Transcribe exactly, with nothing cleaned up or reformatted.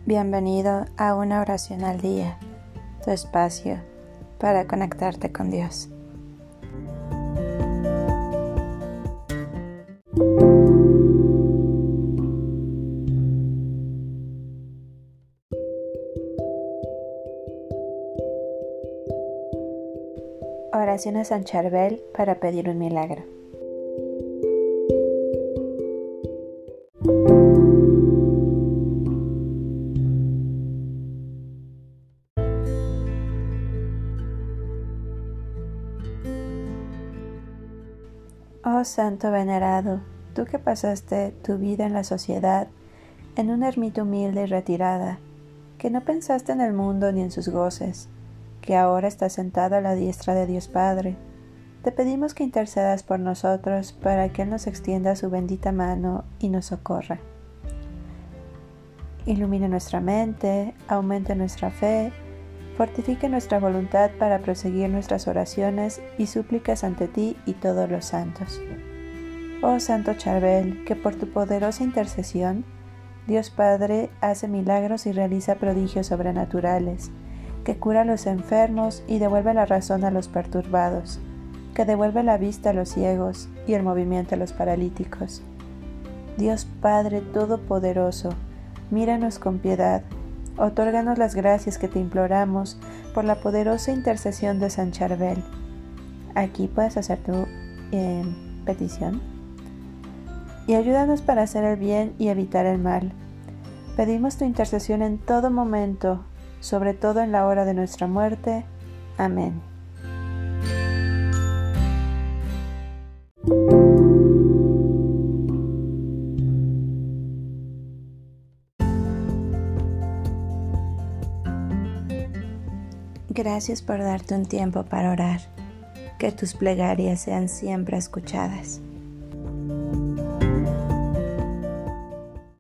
Bienvenido a una oración al día, tu espacio para conectarte con Dios. Oración a San Charbel para pedir un milagro. Oh Santo venerado, tú que pasaste tu vida en la sociedad, en una ermita humilde y retirada, que no pensaste en el mundo ni en sus goces, que ahora estás sentado a la diestra de Dios Padre, te pedimos que intercedas por nosotros para que Él nos extienda su bendita mano y nos socorra. Ilumine nuestra mente, aumente nuestra fe, fortifique nuestra voluntad para proseguir nuestras oraciones y súplicas ante ti y todos los santos. Oh Santo Charbel, que por tu poderosa intercesión, Dios Padre hace milagros y realiza prodigios sobrenaturales, que cura a los enfermos y devuelve la razón a los perturbados, que devuelve la vista a los ciegos y el movimiento a los paralíticos. Dios Padre Todopoderoso, míranos con piedad, otórganos las gracias que te imploramos por la poderosa intercesión de San Charbel. Aquí puedes hacer tu eh, petición. Y ayúdanos para hacer el bien y evitar el mal. Pedimos tu intercesión en todo momento, sobre todo en la hora de nuestra muerte. Amén. Gracias por darte un tiempo para orar. Que tus plegarias sean siempre escuchadas.